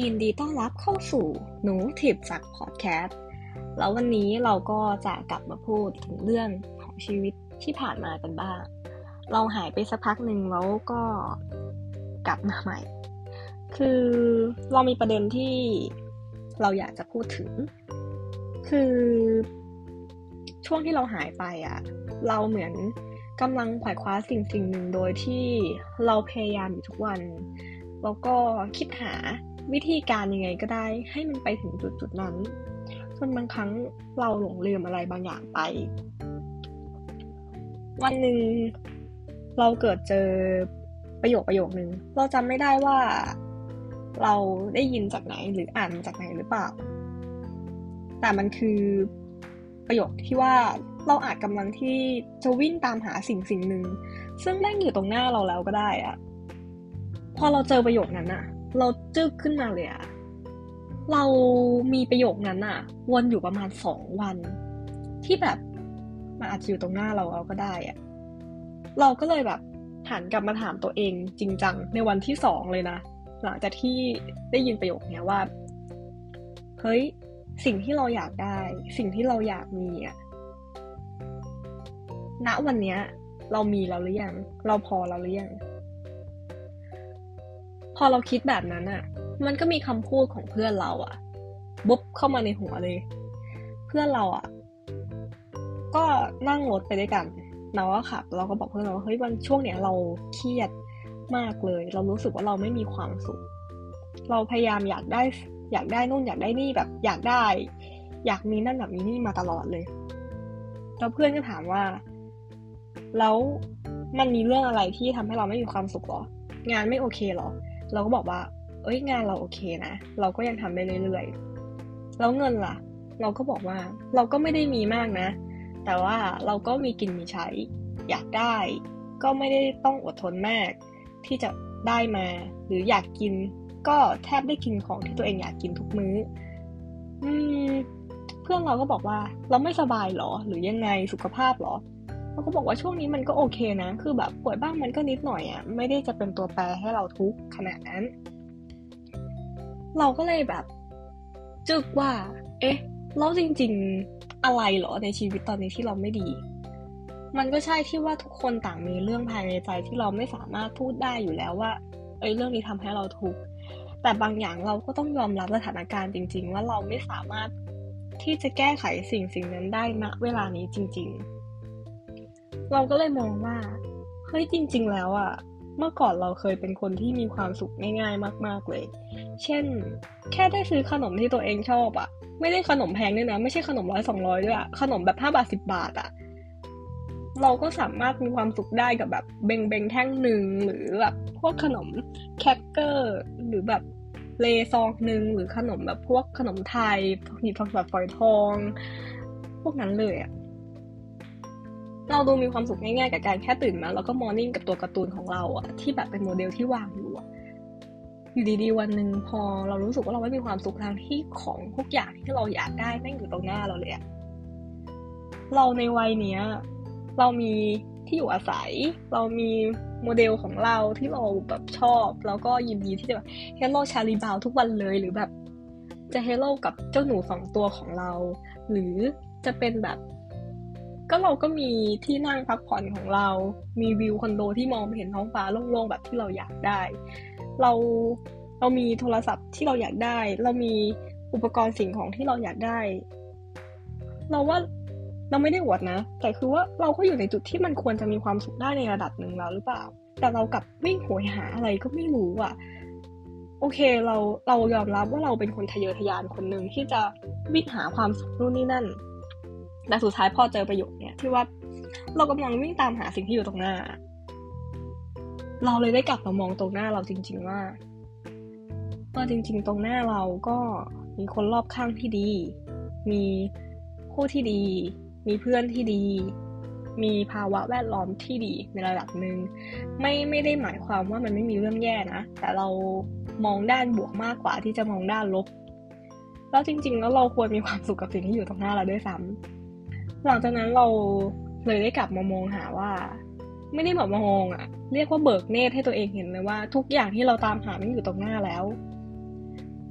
ยินดีต้อนรับเข้าสู่หนูทิปจากพอดแคสต์แล้ววันนี้เราก็จะกลับมาพูดถึงเรื่องของชีวิตที่ผ่านมากันบ้างเราหายไปสักพักหนึ่งแล้วก็กลับมาใหม่คือเรามีประเด็นที่เราอยากจะพูดถึงคือช่วงที่เราหายไปเราเหมือนกำลังไขว่คว้าสิ่งหนึ่งโดยที่เราพยายามอยู่ทุกวันแล้วก็คิดหาวิธีการยังไงก็ได้ให้มันไปถึงจุดนั้นจนบางครั้งเราหลงลืมอะไรบางอย่างไปวันหนึ่งเราเกิดเจอประโยคนึงเราจำไม่ได้ว่าเราได้ยินจากไหนหรืออ่านมาจากไหนหรือเปล่าแต่มันคือประโยคที่ว่าเราอาจกำลังที่จะวิ่งตามหาสิ่งหนึ่งซึ่งแม่งอยู่ตรงหน้าเราแล้วก็ได้พอเราเจอประโยคนั้นเราจึ๊กขึ้นมาเลยเรามีประโยคนั้นวนอยู่ประมาณ2 วันที่แบบมันอาจจะอยู่ตรงหน้าเราก็ได้เราก็เลยแบบหันกลับมาถามตัวเองจริงจังในวันที่2เลยนะหลังจากที่ได้ยินประโยคนี้ว่าเฮ้ยสิ่งที่เราอยากได้สิ่งที่เราอยากมีณวันนี้เรามีแล้วหรือยังเราพอแล้วหรือยังพอเราคิดแบบนั้นมันก็มีคำพูดของเพื่อนเราบุ๊บเข้ามาในหัวเลยเพื่อนเราก็นั่งรถไปด้วยกันเราก็ขับเราก็บอกเพื่อนเราว่าเฮ้ยวันช่วงเนี้ยเราเครียดมากเลยเรารู้สึกว่าเราไม่มีความสุขเราพยายามอยากได้นู่นอยากได้นี่แบบอยากมีนั่นแบบมีนี่มาตลอดเลยแล้วเพื่อนก็ถามว่าแล้วมันมีเรื่องอะไรที่ทำให้เราไม่มีความสุขหรองานไม่โอเคหรอเราก็บอกว่าเอ้ยงานเราโอเคนะเราก็ยังทำได้เรื่อยๆแล้วเงินล่ะเราก็บอกว่าเราก็ไม่ได้มีมากนะแต่ว่าเราก็มีกินมีใช้อยากได้ก็ไม่ได้ต้องอดทนมากที่จะได้มาหรืออยากกินก็แทบได้กินของที่ตัวเองอยากกินทุกมื้อเพื่อนเราก็บอกว่าเราไม่สบายหรอหรือยังไงสุขภาพหรอเราก็บอกว่าช่วงนี้มันก็โอเคนะคือแบบป่วยบ้างมันก็นิดหน่อยไม่ได้จะเป็นตัวแปรให้เราทุกข์ขนาดนั้นเราก็เลยแบบจึกว่าเอ๊ะแล้วจริงๆอะไรหรอในชีวิตตอนนี้ที่เราไม่ดีมันก็ใช่ที่ว่าทุกคนต่างมีเรื่องภายในใจที่เราไม่สามารถพูดได้อยู่แล้วว่าเรื่องนี้ทำให้เราทุกข์แต่บางอย่างเราก็ต้องยอมรับสถานการณ์จริงๆว่าเราไม่สามารถที่จะแก้ไขสิ่งนั้นได้ณเวลานี้จริงๆเราก็เลยมองว่าเฮ้ยจริงๆแล้วเมื่อก่อนเราเคยเป็นคนที่มีความสุขง่ายๆมากๆเลยเช่นแค่ได้ซื้อขนมที่ตัวเองชอบไม่ได้ขนมแพงด้วยนะไม่ใช่ขนม100-200ด้วยขนมแบบ5 บาท10 บาทเราก็สามารถมีความสุขได้กับแบบเบงแท่งหนึ่งหรือแบบพวกขนมแครกเกอร์หรือแบบเลซองหนึ่งหรือขนมแบบพวกขนมไทยหยิบทองแบบฝอยทองพวกนั้นเลยเราดูมีความสุขง่ายๆกับการแค่ตื่นมาแล้วก็มอร์นิ่งกับตัวการ์ตูนของเราที่แบบเป็นโมเดลที่วางอยู่อยู่ดีๆวันหนึ่งพอเรารู้สึกว่าเราไม่มีความสุขทางที่ของทุกอย่างที่เราอยากได้แม่งอยู่ตรงหน้าเราเลยเราในวัยเนี้ยเรามีที่อยู่อาศัยเรามีโมเดลของเราที่เราแบบชอบแล้วก็ยินดีที่จะแบบเฮลโลชาลีบาวทุกวันเลยหรือแบบจะเฮลโลกับเจ้าหนู2 ตัวของเราหรือจะเป็นแบบก็เราก็มีที่นั่งพักผ่อนของเรามีวิวคอนโดที่มองไปเห็นท้องฟ้าโล่งๆแบบที่เราอยากได้เรามีโทรศัพท์ที่เราอยากได้เรามีอุปกรณ์สิ่งของที่เราอยากได้เราว่าเราไม่ได้อวดนะแต่คือว่าเราก็อยู่ในจุดที่มันควรจะมีความสุขได้ในระดับหนึ่งแล้วหรือเปล่าแต่เรากลับวิ่งโหยหาอะไรก็ไม่รู้โอเคเรายอมรับว่าเราเป็นคนทะเยอทะยานคนหนึ่งที่จะวิ่งหาความสุขนู่นนี่นั่นแต่สุดท้ายพอเจอประโยคเนี้ยที่ว่าเรากำลังวิ่งตามหาสิ่งที่อยู่ตรงหน้าเราเลยได้กลับมามองตรงหน้าเราจริงๆว่าจริงๆตรงหน้าเราก็มีคนรอบข้างที่ดีมีคู่ที่ดีมีเพื่อนที่ดีมีภาวะแวดล้อมที่ดีในระดับหนึ่งไม่ได้หมายความว่ามันไม่มีเรื่องแย่นะแต่เรามองด้านบวกมากกว่าที่จะมองด้านลบแล้วจริงๆแล้วเราควรมีความสุขกับสิ่งที่อยู่ตรงหน้าเราด้วยซ้ำหลังจากนั้นเราเลยได้กลับมามองหาว่าไม่ได้แบบมองเรียกว่าเบิกเนตรให้ตัวเองเห็นเลยว่าทุกอย่างที่เราตามหามันอยู่ตรงหน้าแล้วค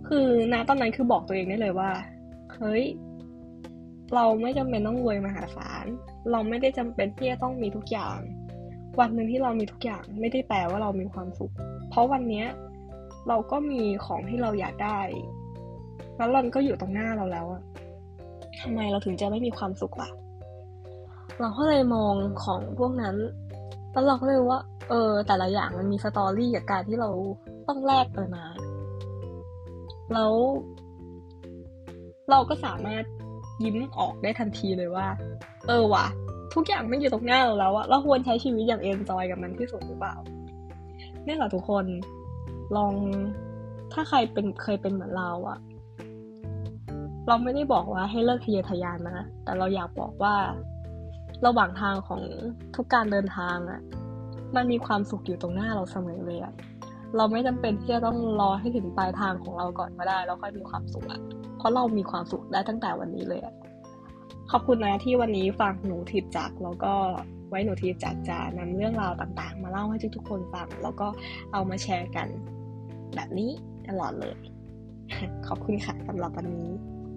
คือณตอนนั้นคือบอกตัวเองได้เลยว่าเฮ้ยเราไม่จำเป็นต้องรวยมหาศาลเราไม่ได้จำเป็นที่จะต้องมีทุกอย่างวันหนึ่งที่เรามีทุกอย่างไม่ได้แปลว่าเรามีความสุขเพราะวันนี้เราก็มีของที่เราอยากได้แล้วมันก็อยู่ตรงหน้าเราแล้วอะทำไมเราถึงจะไม่มีความสุขล่ะเราก็เลยมองของพวกนั้นแล้วเราก็เลยว่าแต่ละอย่างมันมีสตอรี่กับการที่เราต้องแลกไปมาแล้วเราก็สามารถยิ้มออกได้ทันทีเลยว่าว่ะทุกอย่างไม่อยู่ตรงหน้าเราแล้วอะเราควรใช้ชีวิตอย่างเอนจอยกับมันที่สุดหรือเปล่านี่แหละทุกคนลองถ้าใครเคยเป็นเหมือนเราอะเราไม่ได้บอกว่าให้เลิกทะเยอทะยานนะแต่เราอยากบอกว่าระหว่างทางของทุกการเดินทางอะมันมีความสุขอยู่ตรงหน้าเราเสมอเลยอะเราไม่จำเป็นที่จะต้องรอให้ถึงปลายทางของเราก่อนก็ได้แล้วค่อยมีความสุขอะเพราะเรามีความสุขได้ตั้งแต่วันนี้เลยอะขอบคุณนะที่วันนี้ฟังหนูทิพย์จักแล้วก็ไว้หนูทิพย์จักจะนำเรื่องราวต่างๆมาเล่าให้ทุกคนฟังแล้วก็เอามาแชร์กันแบบนี้ตลอดเลย ขอบคุณค่ะสำหรับวันนี้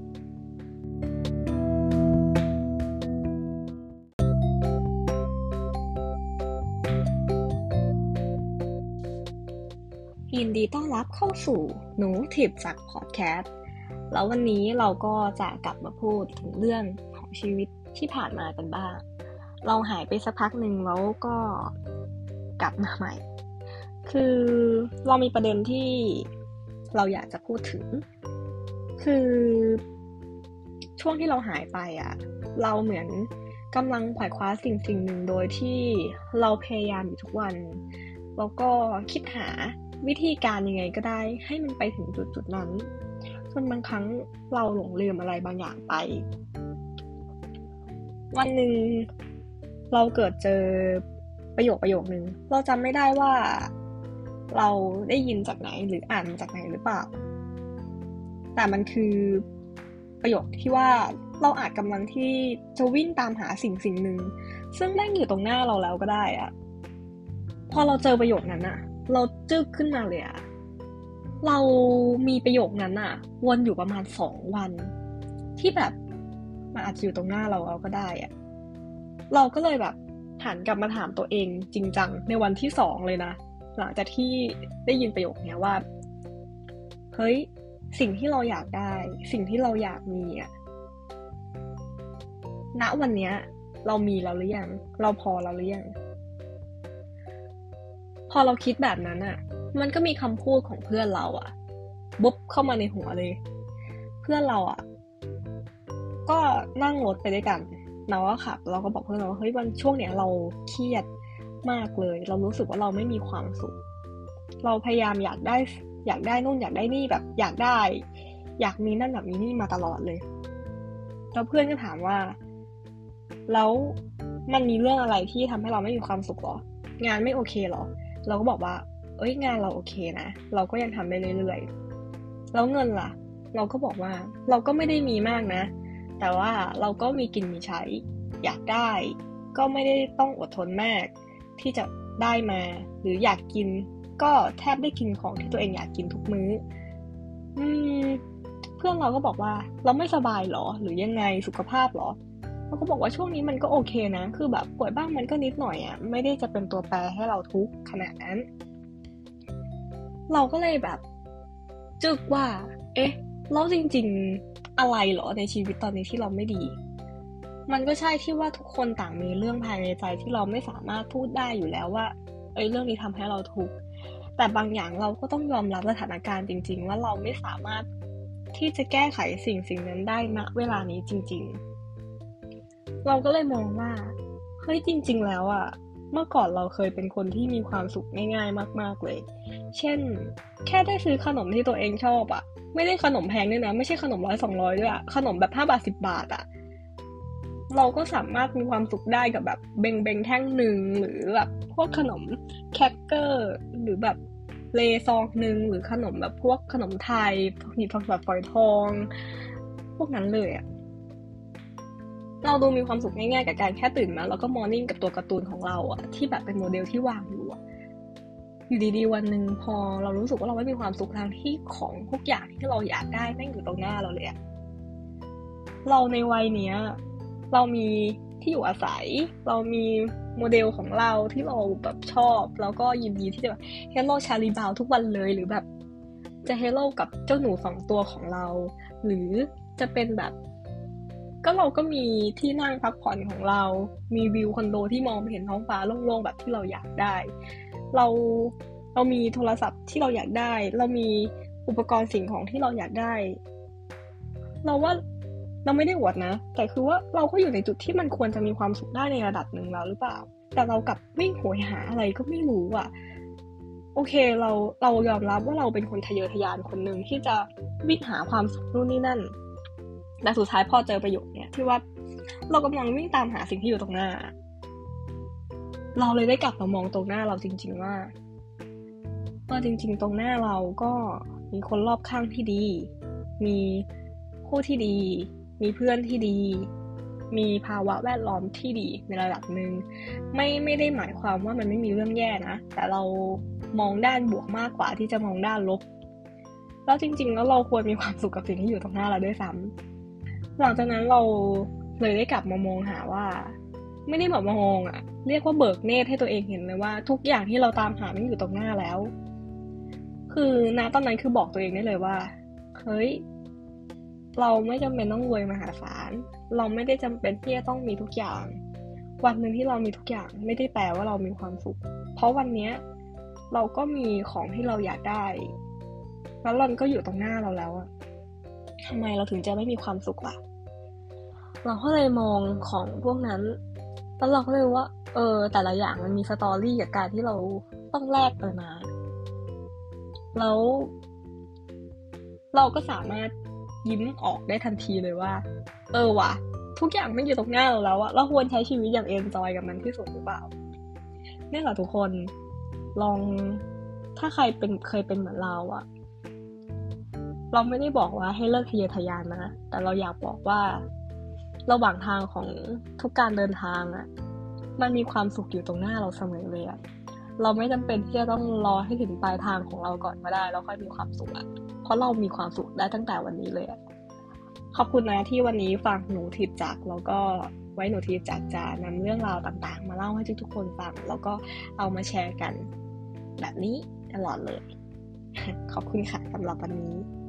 ยินดีต้อนรับเข้าสู่หนูทิพย์จักพอดแคสต์แล้ววันนี้เราก็จะกลับมาพูดถึงเรื่องของชีวิตที่ผ่านมากันบ้างเราหายไปสักพักหนึ่งแล้วก็กลับมาใหม่ คือเรามีประเด็นที่เราอยากจะพูดถึงคือช่วงที่เราหายไปเราเหมือนกำลังไขว่คว้าสิ่งหนึ่งโดยที่เราพยายามอยู่ทุกวันแล้วก็คิดหาวิธีการยังไงก็ได้ให้มันไปถึงจุดนั้นจนบางครั้งเราหลงลืมอะไรบางอย่างไปวันหนึ่งเราเกิดเจอประโยคนึงเราจำไม่ได้ว่าเราได้ยินจากไหนหรืออ่านจากไหนหรือเปล่าแต่มันคือประโยคที่ว่าเราอาจกำลังที่จะวิ่งตามหาสิ่งหนึ่งซึ่งแม่งอยู่ตรงหน้าเราแล้วก็ได้พอเราเจอประโยคนั้นเราจึ๊กขึ้นมาเลยเรามีประโยคนั้นวนอยู่ประมาณ2 วันที่แบบมันอาจจะอยู่ตรงหน้าเราก็ได้เราก็เลยแบบหันกลับมาถามตัวเองจริงจังในวันที่2เลยนะหลังจากที่ได้ยินประโยคนี้ว่าเฮ้ยสิ่งที่เราอยากได้สิ่งที่เราอยากมีณวันนี้เรามีแล้วหรือยังเราพอแล้วหรือยังพอเราคิดแบบนั้นมันก็มีคำพูดของเพื่อนเราบุ๊บเข้ามาในหัวเลยเพื่อนเราก็นั่งรถไปด้วยกันเราก็ขับเราก็บอกเพื่อนเราว่าเฮ้ยวันช่วงเนี้ยเราเครียดมากเลยเรารู้สึกว่าเราไม่มีความสุขเราพยายามอยากได้นู่นอยากได้นี่แบบอยากมีนั่นแบบมีนี่มาตลอดเลยแล้วเพื่อนก็ถามว่าแล้วมันมีเรื่องอะไรที่ทำให้เราไม่มีความสุขหรองานไม่โอเคหรอเราก็บอกว่างานเราโอเคนะเราก็ยังทำได้เรื่อยๆแล้วเงินล่ะเราก็บอกว่าเราก็ไม่ได้มีมากนะแต่ว่าเราก็มีกินมีใช้อยากได้ก็ไม่ได้ต้องอดทนมากที่จะได้มาหรืออยากกินก็แทบได้กินของที่ตัวเองอยากกินทุกมื้อเพื่อนเราก็บอกว่าเราไม่สบายหรอหรือยังไงสุขภาพหรอเราก็บอกว่าช่วงนี้มันก็โอเคนะคือแบบป่วยบ้างมันก็นิดหน่อยไม่ได้จะเป็นตัวแปรให้เราทุกข์ขนาดนั้นเราก็เลยแบบจึกว่าแล้วจริงๆอะไรหรอในชีวิตตอนนี้ที่เราไม่ดีมันก็ใช่ที่ว่าทุกคนต่างมีเรื่องภายในใจที่เราไม่สามารถพูดได้อยู่แล้วว่าเรื่องนี้ทำให้เราทุกข์แต่บางอย่างเราก็ต้องยอมรับสถานการณ์จริงๆว่าเราไม่สามารถที่จะแก้ไขสิ่งนั้นได้ณเวลานี้จริงๆเราก็เลยมองว่าเฮ้ยจริงๆแล้วเมื่อก่อนเราเคยเป็นคนที่มีความสุขง่ายๆมากๆเลยเช่นแค่ได้ซื้อขนมที่ตัวเองชอบไม่ได้ขนมแพงด้วยนะไม่ใช่ขนม100-200ด้วยขนมแบบ5 บาท10 บาทเราก็สามารถมีความสุขได้กับแบบเบงแท่งหนึ่งหรือแบบพวกขนมแครกเกอร์หรือแบบเลซองหนึ่งหรือขนมแบบพวกขนมไทยหีบทองแบบฝอยทองพวกนั้นเลยเราดูมีความสุขง่ายๆกับการแค่ตื่นมาแล้วก็มอร์นิ่งกับตัวการ์ตูนของเราที่แบบเป็นโมเดลที่วางอยู่อยู่ดีๆวันหนึ่งพอเรารู้สึกว่าเราไม่มีความสุขทางที่ของทุกอย่างที่เราอยากได้แม่งอยู่ตรงหน้าเราเลยอะเราในวัยเนี้ยเรามีที่อยู่อาศัยเรามีโมเดลของเราที่เราแบบชอบแล้วก็ยินดีที่จะแบบเฮลโลชาลีบาวทุกวันเลยหรือแบบจะเฮลโลกับเจ้าหนู2 ตัวของเราหรือจะเป็นแบบก็เราก็มีที่นั่งพักผ่อนของเรามีวิวคอนโดที่มองไปเห็นท้องฟ้าโล่งๆแบบที่เราอยากได้เราเรามีโทรศัพท์ที่เราอยากได้เรามีอุปกรณ์สิ่งของที่เราอยากได้เราว่าเราไม่ได้อวดนะแต่คือว่าเราก็อยู่ในจุดที่มันควรจะมีความสุขได้ในระดับหนึ่งแล้วหรือเปล่าแต่เรากลับวิ่งโหยหาอะไรก็ไม่รู้อ่ะโอเคเรายอมรับว่าเราเป็นคนทะเยอทะยานคนหนึ่งที่จะวิ่งหาความสุขนู่นนี่นั่นแต่สุดท้ายพอเจอประโยคเนี้ยที่ว่าเรากำลังวิ่งตามหาสิ่งที่อยู่ตรงหน้าเราเลยได้กลับมามองตรงหน้าเราจริงๆว่าจริงๆตรงหน้าเราก็มีคนรอบข้างที่ดีมีคู่ที่ดีมีเพื่อนที่ดีมีภาวะแวดล้อมที่ดีในระดับหนึ่งไม่ได้หมายความว่ามันไม่มีเรื่องแย่นะแต่เรามองด้านบวกมากกว่าที่จะมองด้านลบแล้วจริงๆแล้วเราควรมีความสุขกับสิ่งที่อยู่ตรงหน้าเราด้วยซ้ำหลังจากนั้นเราเลยได้กลับมามองหาว่าไม่ได้แบบมองอ่ะเรียกว่าเบิกเนตรให้ตัวเองเห็นเลยว่าทุกอย่างที่เราตามหามันอยู่ตรงหน้าแล้วคือณตอนนั้นคือบอกตัวเองได้เลยว่าเฮ้ยเราไม่จำเป็นต้องรวยมหาศาลเราไม่ได้จำเป็นที่จะต้องมีทุกอย่างวันหนึ่งที่เรามีทุกอย่างไม่ได้แปลว่าเรามีความสุขเพราะวันนี้เราก็มีของที่เราอยากได้แล้วมันก็อยู่ตรงหน้าเราแล้วอะทำไมเราถึงจะไม่มีความสุขล่ะเราก็เลยมองของพวกนั้นแล้วเราก็เลยว่าแต่ละอย่างมันมีสตอรี่กับการที่เราต้องแลกไปมาแล้วเราก็สามารถยิ้มออกได้ทันทีเลยว่าว่ะทุกอย่างไม่อยู่ตรงหน้าเราแล้วอะเราควรใช้ชีวิตอย่างเอนจอยกับมันที่สุดหรือเปล่านี่แหละทุกคนลองถ้าใครเคยเป็นเหมือนเราอะเราไม่ได้บอกว่าให้เลิกทะเยอทะยานนะแต่เราอยากบอกว่าระหว่างทางของทุกการเดินทางอะมันมีความสุขอยู่ตรงหน้าเราเสมอเลยอะเราไม่จำเป็นที่จะต้องรอให้ถึงปลายทางของเราก่อนก็ได้แล้วค่อยมีความสุขอะเพราะเรามีความสุขได้ตั้งแต่วันนี้เลยอะขอบคุณนะที่วันนี้ฟังหนูทิพย์จักแล้วก็ไว้หนูทิพย์จักจะนำเรื่องราวต่างๆมาเล่าให้ทุกคนฟังแล้วก็เอามาแชร์กันแบบนี้ตลอดเลย ขอบคุณค่ะสำหรับวันนี้